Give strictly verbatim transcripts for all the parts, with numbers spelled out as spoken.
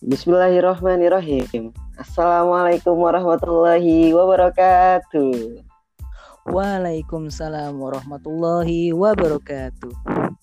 Bismillahirrahmanirrahim. Assalamualaikum warahmatullahi wabarakatuh. Waalaikumsalam warahmatullahi wabarakatuh.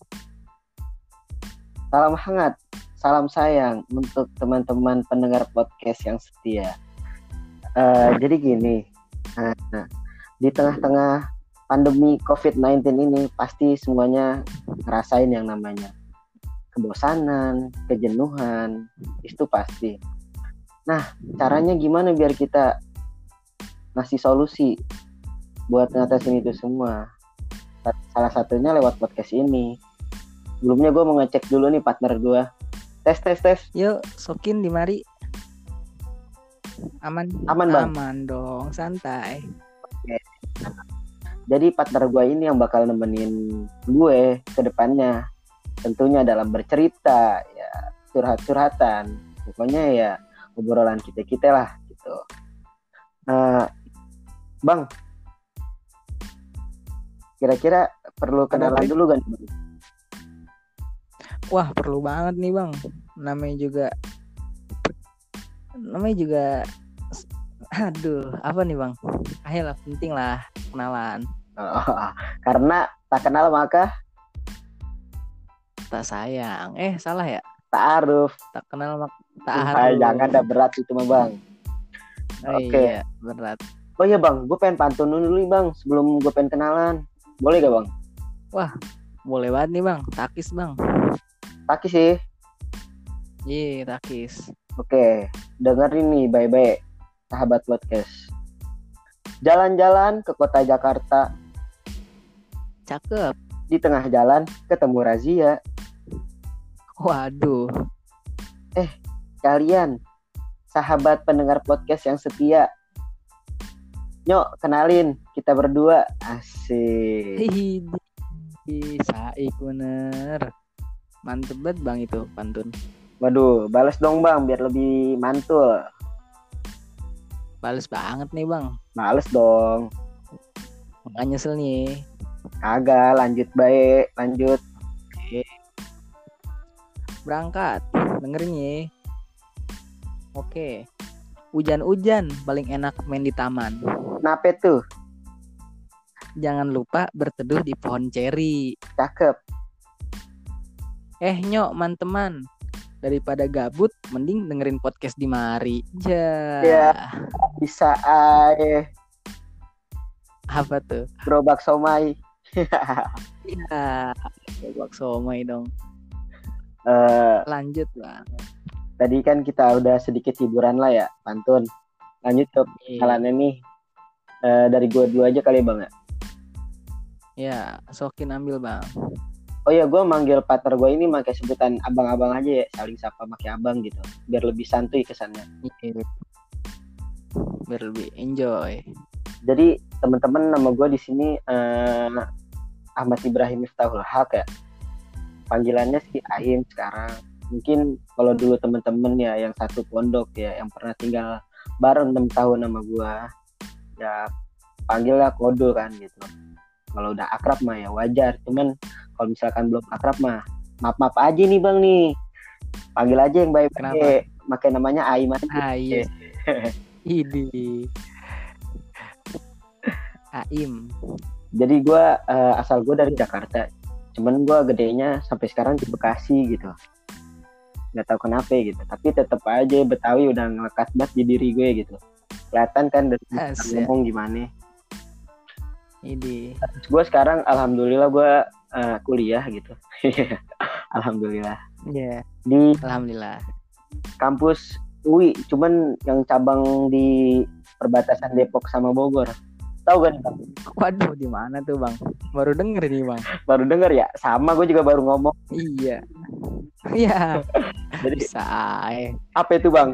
Salam hangat, salam sayang untuk teman-teman pendengar podcast yang setia. Uh, jadi gini, uh, di tengah-tengah pandemi covid sembilan belas ini pasti semuanya ngerasain yang namanya kebosanan, kejenuhan, itu pasti. Nah, caranya gimana biar kita ngasih solusi buat ngatasin itu semua? Salah satunya lewat podcast ini. Sebelumnya gue mau ngecek dulu nih partner gue. Tes, tes, tes. Yuk, Sokin di mari. Aman? Aman, Bang? Aman dong, santai. Oke. Jadi partner gue ini yang bakal nemenin gue ke depannya. Tentunya dalam bercerita, ya curhat-curhatan, pokoknya ya obrolan kita-kita lah gitu. Uh, bang, kira-kira perlu kenalan dulu kan? Wah, perlu banget nih bang. Namanya juga, namanya juga, aduh, apa nih bang? Ayolah, penting lah kenalan. Oh, karena tak kenal maka tak sayang. Eh, salah ya? Ta'aruf. Tak kenal mak tak harus. Jangan ada berat itu mah, Bang. Oh, Oke, okay. Iya, berat. Oh iya, Bang, gue pengen pantun dulu nih, Bang, sebelum gue pengen kenalan. Boleh gak, Bang? Wah, boleh banget nih, Bang. Takis, Bang. Takis sih. Iya, yeah, takis. Oke, dengerin nih baik-baik, sahabat podcast. Jalan-jalan ke kota Jakarta. Cakep. Di tengah jalan ketemu razia. Waduh. Eh, kalian sahabat pendengar podcast yang setia. Nyok, kenalin kita berdua. Asik. Hihi, saik bener. Mantep banget bang itu pantun. Waduh, balas dong bang biar lebih mantul. Bales banget nih bang. Bales dong. Nggak nyesel nih. Kagak, lanjut baik, lanjut. Oke. Berangkat, dengerin ya. Oke. Hujan-hujan paling enak main di taman. Kenapa tuh? Jangan lupa berteduh di pohon ceri. Cakep. Eh nyok, man-teman. Daripada gabut, mending dengerin podcast di mari. Ja. Ya, bisa aja. Apa tuh? Gerobak somai. Iya, gerobak somai dong. Uh, Lanjut lah. Tadi kan kita udah sedikit hiburan lah ya, pantun. Lanjut ke kenalannya nih. Uh, dari gue dulu aja kali bang ya. Ya, Sokin ambil bang. Oh ya, gue manggil partner gue ini pakai sebutan abang-abang aja ya, saling sapa pakai abang gitu, biar lebih santuy kesannya. Iya. Biar lebih enjoy. Jadi teman-teman, nama gue di sini uh, Ahmad Ibrahim Miftahul Haq ya. Panggilannya si Aim sekarang. Mungkin kalau dulu teman-teman ya yang satu pondok ya, yang pernah tinggal bareng enam tahun sama gue, ya panggilnya Kodo kan gitu. Kalau udah akrab mah ya wajar. Cuman kalau misalkan belum akrab mah maaf-maaf aja nih bang nih. Panggil aja yang baik-baik. Pakai namanya Aim aja. Ah, iya. Idi. Aim. Jadi gue uh, asal gue dari Jakarta. Cuman gue gedenya sampai sekarang di Bekasi gitu. Gak tahu kenapa gitu. Tapi tetap aja Betawi udah ngelekat banget di diri gue gitu. Kelihatan kan dari ngomong gimana. Ini. Gue sekarang alhamdulillah gue uh, kuliah gitu. Alhamdulillah. Iya. Yeah. Di alhamdulillah. Kampus U I, cuman yang cabang di perbatasan Depok sama Bogor. Tahu kan? Waduh, di mana tuh bang? Baru denger nih bang. Baru denger ya? Sama gue juga baru ngomong. Iya. Iya. Jadi say. Apa itu bang?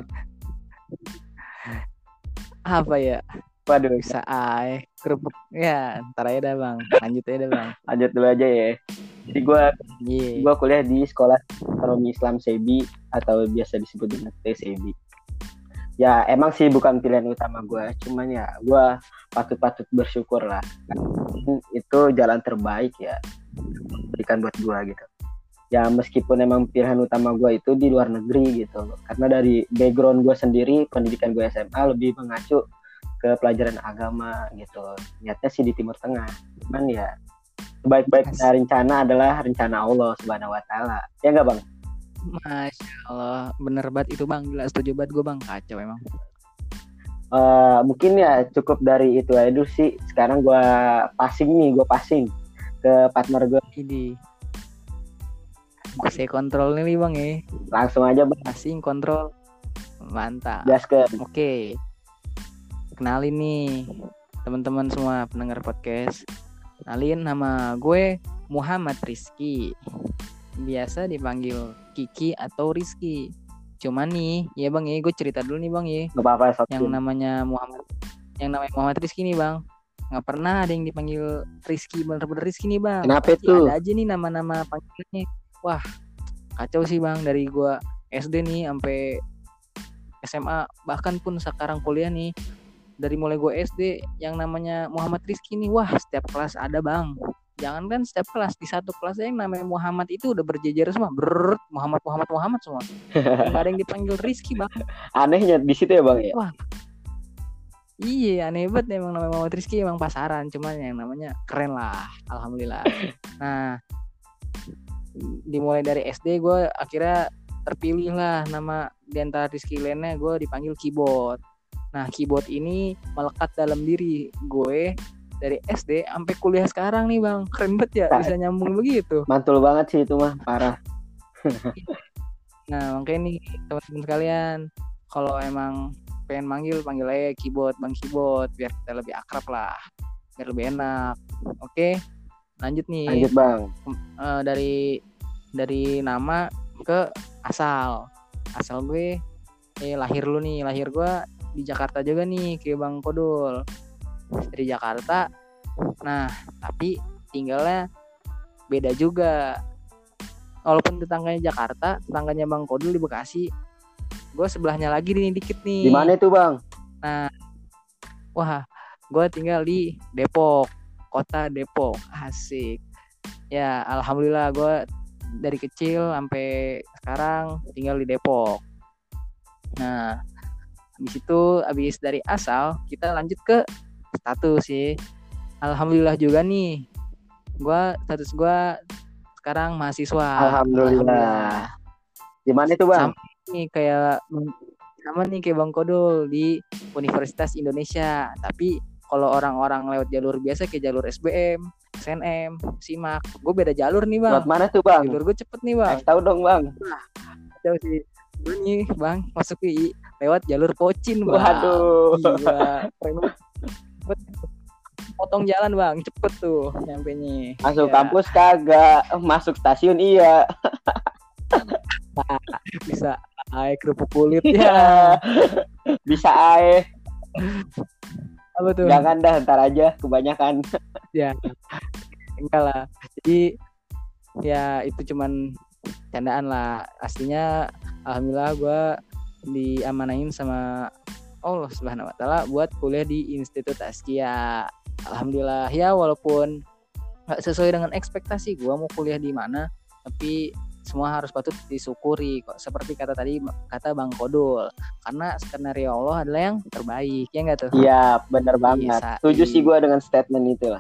Apa ya? Waduh. Bisa ay. Kerupuk. Ya, ntar aja dah bang. Lanjut aja dah bang. Lanjut dulu aja ya. Jadi gue, yeah. gue kuliah di Sekolah Ekonomi Islam Sebi atau biasa disebut dengan T Sebi. Ya emang sih bukan pilihan utama gue, cuman ya gue patut-patut bersyukur lah. Itu jalan terbaik ya berikan buat gue gitu. ya meskipun emang pilihan utama gue itu di luar negeri gitu, karena dari background gue sendiri pendidikan gue S M A lebih mengacu ke pelajaran agama gitu, niatnya sih di Timur Tengah, cuman ya sebaik-baiknya rencana adalah rencana Allah Subhanahu Wa Taala, ya nggak bang? Masya Allah, bener banget itu bang, gila setuju banget gue bang, kacau emang. Uh, mungkin ya cukup dari itu aja dulu sih. Sekarang gue passing nih, gue passing ke partner gue. Ini saya kontrol nih bang ya. Langsung aja bang. Passing kontrol, mantap. Gaskan. Oke, kenalin nih teman-teman semua pendengar podcast. Kenalin, nama gue Muhammad Rizky, biasa dipanggil Kiki atau Rizky. Cuman nih, ya bang ya, gue cerita dulu nih bang ya. Gak apa-apa. Yang namanya Muhammad, yang namanya Muhammad Rizky nih bang, nggak pernah ada yang dipanggil Rizky bener-bener Rizky nih bang. Kenapa Pasti itu? Ada aja nih nama-nama panggilannya. Wah, kacau sih bang, dari gue S D nih sampai S M A, bahkan pun sekarang kuliah nih. Dari mulai gue S D yang namanya Muhammad Rizky nih, wah setiap kelas ada bang. Jangan kan setiap kelas, di satu kelas yang namanya Muhammad itu udah berjejer semua, brrrr, Muhammad Muhammad Muhammad semua. Nggak ada yang dipanggil Rizky bang. Anehnya di situ ya bang ya. Wah, iya aneh banget emang namanya Muhammad Rizky, emang pasaran, cuman yang namanya keren lah, alhamdulillah. Nah, dimulai dari S D gue akhirnya terpilih lah nama di antara Rizky lainnya, gue dipanggil Keyboard. Nah, Keyboard ini melekat dalam diri gue dari S D sampai kuliah sekarang nih bang. Keren banget ya, bisa nyambung begitu. Mantul banget sih itu mah, parah. Nah makanya nih teman-teman sekalian, kalau emang pengen manggil, panggil aja Keyboard, Bang Keyboard, biar kita lebih akrab lah, biar lebih enak. Oke, lanjut nih. Lanjut bang. uh, dari dari nama ke asal. Asal gue eh lahir lu nih, lahir gue di Jakarta juga nih kayak Bang Kodul, dari Jakarta. Nah tapi tinggalnya beda juga, walaupun tetangganya Jakarta, tetangganya Bang Kodul di Bekasi, gue sebelahnya lagi nih dikit nih. Di mana itu bang? Nah, wah, gue tinggal di Depok, kota Depok, asik. Ya, alhamdulillah gue dari kecil sampai sekarang tinggal di Depok. Nah, habis itu, habis dari asal, kita lanjut ke status sih. Alhamdulillah juga nih, gue status gue sekarang mahasiswa. Alhamdulillah. Alhamdulillah. Di mana itu bang? Sama nih kayak sama nih kayak Bang Kodul di Universitas Indonesia. Tapi kalau orang-orang lewat jalur biasa kayak jalur S B M, S N M, SIMAK, gue beda jalur nih bang. Lewat mana tuh bang? Jalur gue cepet nih bang. Tahu dong bang. Nah, jauh sih. Gue nih bang masuk U I lewat jalur Pocin bang. Waduh. Gila, keren banget. Potong jalan bang, cepet tuh nyampe nih. Masuk ya. Kampus kagak, masuk stasiun iya. Bisa ae kerupuk kulit ya. Bisa ae. Apa tuh? Jangan dah, ntar aja kebanyakan. Ya, enggak lah. Jadi ya itu cuman candaan lah. Aslinya alhamdulillah gue diamanain sama Allah Subhanahu Wa Taala buat kuliah di Institut Askia. Alhamdulillah ya, walaupun nggak sesuai dengan ekspektasi gue mau kuliah di mana, tapi semua harus patut disyukuri kok. Seperti kata tadi kata Bang Kodul, karena skenario Allah adalah yang terbaik, ya nggak tuh? Iya benar banget. Setuju sih gue dengan statement itu lah.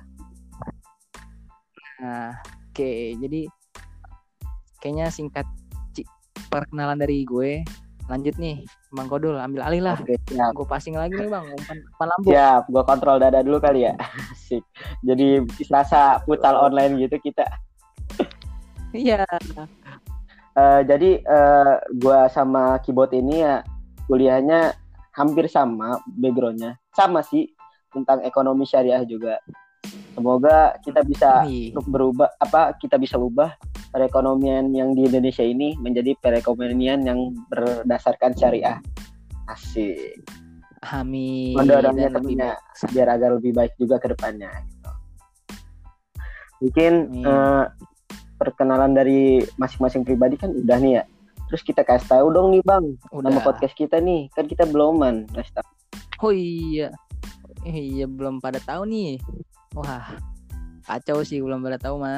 Nah, oke, okay. Jadi kayaknya singkat c- perkenalan dari gue. Lanjut nih, Bang Kodul, ambil alih lah. Oke, siap. Gue passing lagi nih Bang, umpan, umpan lambung. Siap, gue kontrol dada dulu kali ya. Asik. Jadi serasa futsal online gitu kita. Iya. uh, jadi uh, gue sama Keyboard ini ya kuliahnya hampir sama backgroundnya. Sama sih, tentang ekonomi syariah juga. Semoga kita bisa untuk berubah, apa kita bisa ubah perekonomian yang di Indonesia ini menjadi perekonomian yang berdasarkan syariah. Asik. Amin. Mendorongnya tentunya biar agar lebih baik juga ke depannya. Gitu. Mungkin uh, perkenalan dari masing-masing pribadi kan udah nih ya. Terus kita kasih tahu dong nih Bang, udah. Nama podcast kita nih, kan kita beloman. Oh iya, iya belum pada tahu nih. Wah, kacau sih belum pada tahu mah.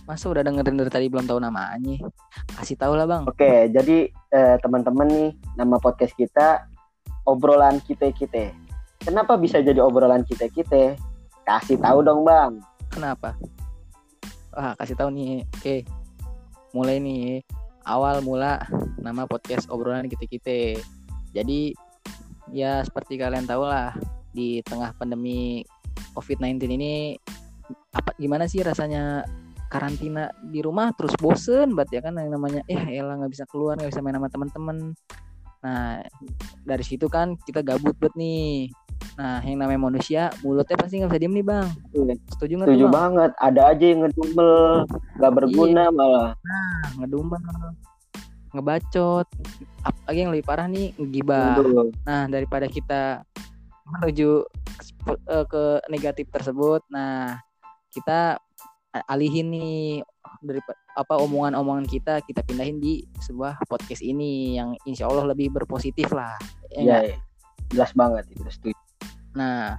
Masa udah dengerin dari tadi belum tahu namanya? Kasih tahu lah bang. Oke, jadi eh, teman-teman nih, nama podcast kita obrolan kita-kita. Kenapa bisa jadi obrolan kita-kita? Kasih tahu dong bang. Kenapa? Wah kasih tahu nih. Oke, mulai nih. Awal mula nama podcast obrolan kita-kita. Jadi ya seperti kalian tahu lah, di tengah pandemi covid sembilan belas ini apa gimana sih rasanya karantina di rumah terus bosen banget ya kan, yang namanya eh elah nggak bisa keluar, nggak bisa main sama teman-teman. Nah dari situ kan kita gabut banget nih. Nah yang namanya manusia mulutnya pasti nggak bisa diem nih bang. Setuju nggak? Setuju banget. Ada aja yang ngedumel, nggak berguna iya. Malah. Nah ngedumel, ngebacot, apalagi yang lebih parah nih ngegibah. Nah daripada kita menuju ke, ke negatif tersebut, nah kita alihin nih dari apa omongan-omongan kita kita pindahin di sebuah podcast ini yang insya Allah lebih berpositif lah. Iya, ya, jelas banget itu, setuju. Nah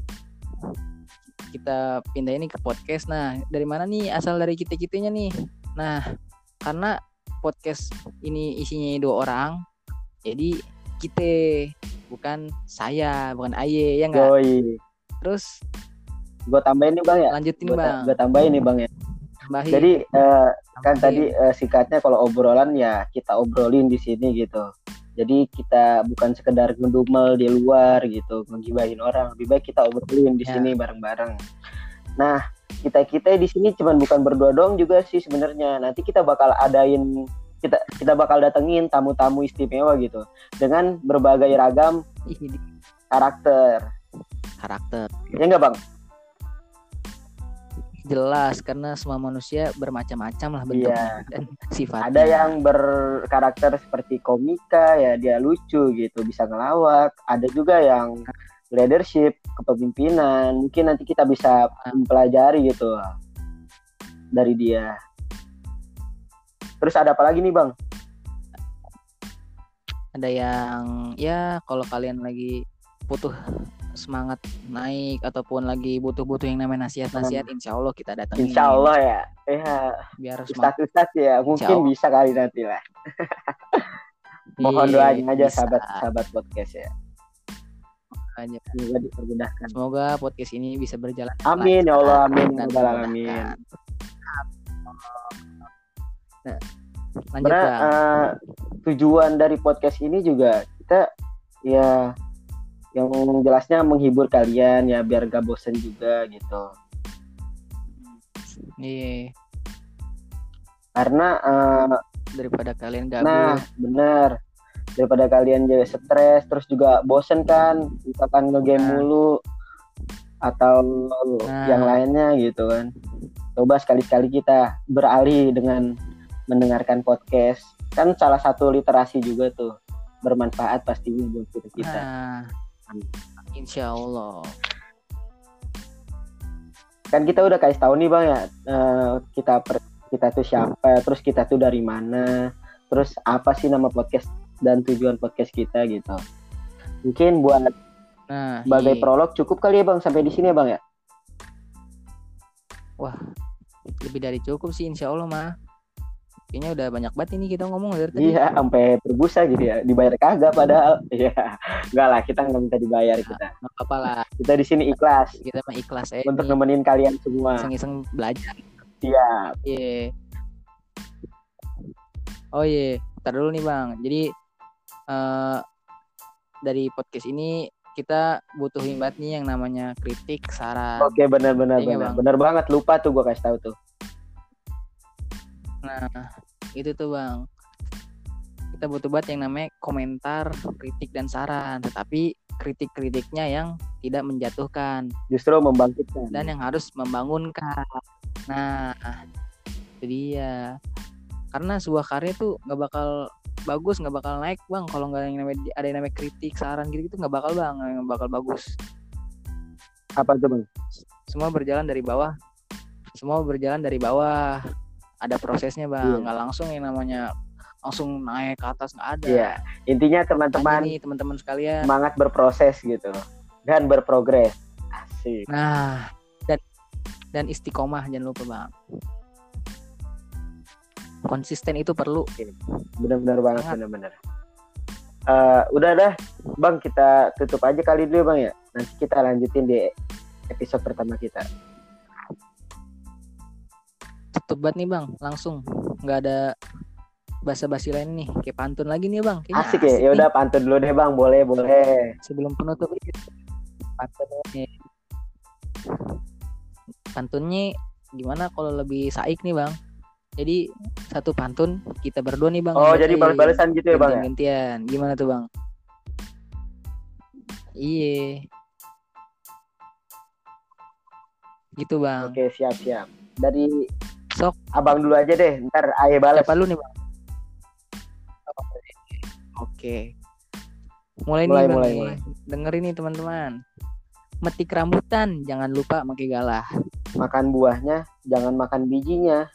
kita pindah ini ke podcast. Nah dari mana nih asal dari kita-kitanya nih? Nah karena podcast ini isinya dua orang, jadi kita, bukan saya, bukan Aye, ya nggak? Terus gue tambahin nih bang ya. Lanjutin gua bang. Ta- gue tambahin nih bang ya. Tambahin. Jadi uh, kan tadi uh, singkatnya kalau obrolan ya kita obrolin di sini gitu. Jadi kita bukan sekedar ngedumel di luar gitu, ngegibahin orang. Lebih baik kita obrolin di ya. Sini bareng-bareng. Nah kita kita di sini cuman bukan berdua doang juga sih sebenarnya. Nanti kita bakal adain kita kita bakal datengin tamu-tamu istimewa gitu dengan berbagai ragam karakter. Karakter. Ya nggak bang? Jelas, karena semua manusia bermacam-macam lah bentuknya, iya. Dan sifatnya. Ada yang berkarakter seperti komika ya, dia lucu gitu, bisa ngelawak. Ada juga yang leadership, kepemimpinan. Mungkin nanti kita bisa mempelajari gitu dari dia. Terus ada apa lagi nih bang? Ada yang ya kalau kalian lagi butuh semangat naik ataupun lagi butuh-butuh yang namanya nasihat-nasihat, insya Allah kita datangin. Insya Allah ya, ya. Biar ustaz-ustaz ya, mungkin bisa kali nanti lah. Mohon doanya aja sahabat-sahabat podcast ya. Aja. Semoga dipermudahkan. Semoga podcast ini bisa berjalan. Amin ya Allah, amin ya Allah, amin. Nah, lanjut Karena, uh, tujuan dari podcast ini juga kita ya yang jelasnya menghibur kalian ya biar gak bosen juga gitu. Iya. Karena uh, daripada kalian gabut. Nah, benar. Daripada kalian jadi stres terus juga bosen kan, misalkan ngegame nah. mulu atau nah. yang lainnya gitu kan. Coba sekali-sekali kita beralih dengan mendengarkan podcast. Kan salah satu literasi juga tuh. Bermanfaat pastinya buat kita. Nah. Insya Allah. Kan kita udah kasih tahu nih bang ya, uh, kita per, kita tuh siapa, terus kita tuh dari mana, terus apa sih nama podcast dan tujuan podcast kita gitu. Mungkin buat nah, sebagai iya. prolog cukup kali ya bang sampai di sini ya bang ya. Wah lebih dari cukup sih insya Allah mah. Kayaknya udah banyak banget ini kita ngomong dari tadi. Iya, sampai berbusa gitu ya. Dibayar kagak padahal. Iya. Enggak lah, kita enggak minta dibayar kita. Enggak apa-apa lah. Kita di sini ikhlas. Kita mah ikhlas aja. Untuk nemenin kalian semua. Iseng-iseng belajar. Siap. Iya. Yeah. Oh iya, yeah. Ntar dulu nih Bang. Jadi uh, dari podcast ini kita butuhin banget nih yang namanya kritik, saran. Oke, benar-benar benar. Benar banget, lupa tuh gua kasih tahu tuh. Nah, itu tuh Bang. Kita butuh banget yang namanya komentar, kritik, dan saran. Tetapi kritik-kritiknya yang tidak menjatuhkan. Justru membangkitkan. Dan yang harus membangunkan. Nah, itu dia. Karena sebuah karya tuh gak bakal bagus, gak bakal naik Bang. Kalau gak yang namanya, ada yang namanya kritik, saran gitu-gitu gak bakal Bang. Gak bakal bagus. Apa tuh Bang? Semua berjalan dari bawah. Semua berjalan dari bawah. Ada prosesnya Bang, nggak yeah. langsung yang namanya langsung naik ke atas, nggak ada. Iya, yeah. Intinya teman-teman nih, teman-teman sekalian semangat berproses gitu dan berprogres. Asik. Nah, dan dan istiqomah jangan lupa Bang. konsisten itu perlu. Benar-benar banget, Sangat. benar-benar. Uh, udah dah, Bang, kita tutup aja kali dulu, Bang ya. Nanti kita lanjutin di episode pertama kita. Tutup banget nih Bang, langsung. Nggak ada basa-basi lain nih, kayak pantun lagi nih Bang. Kayaknya asik ya. Ya udah pantun dulu deh Bang, boleh boleh. Sebelum penutup ini pantun nih. Pantunnya gimana kalau lebih saik nih Bang? Jadi satu pantun kita berdua nih Bang. Oh jadi balas-balasan gitu ya Bang ya? Gantian, gimana tuh Bang? Iya. Gitu Bang. Oke siap-siap. Dari sok Abang dulu aja deh, ntar Aye balas. Siapa lu nih Bang? Oke. Mulai, mulai nih Bang. Mulai, nih. mulai. Dengerin nih teman-teman. Metik rambutan, jangan lupa pakai galah. Makan buahnya, jangan makan bijinya.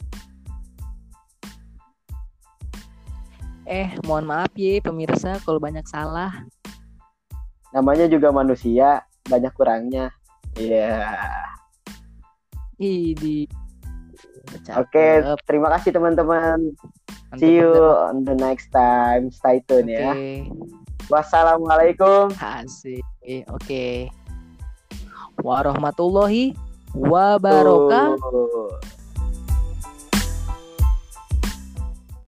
Eh, mohon maaf ya pemirsa kalau banyak salah. Namanya juga manusia, banyak kurangnya. Iya. Yeah. Idi. Oke, okay, terima kasih teman-teman. Mantap, see you mantap. On the next time. Stay tune okay. Ya. Wassalamualaikum. Asik. Oke. Okay. Warahmatullahi wabarakatuh.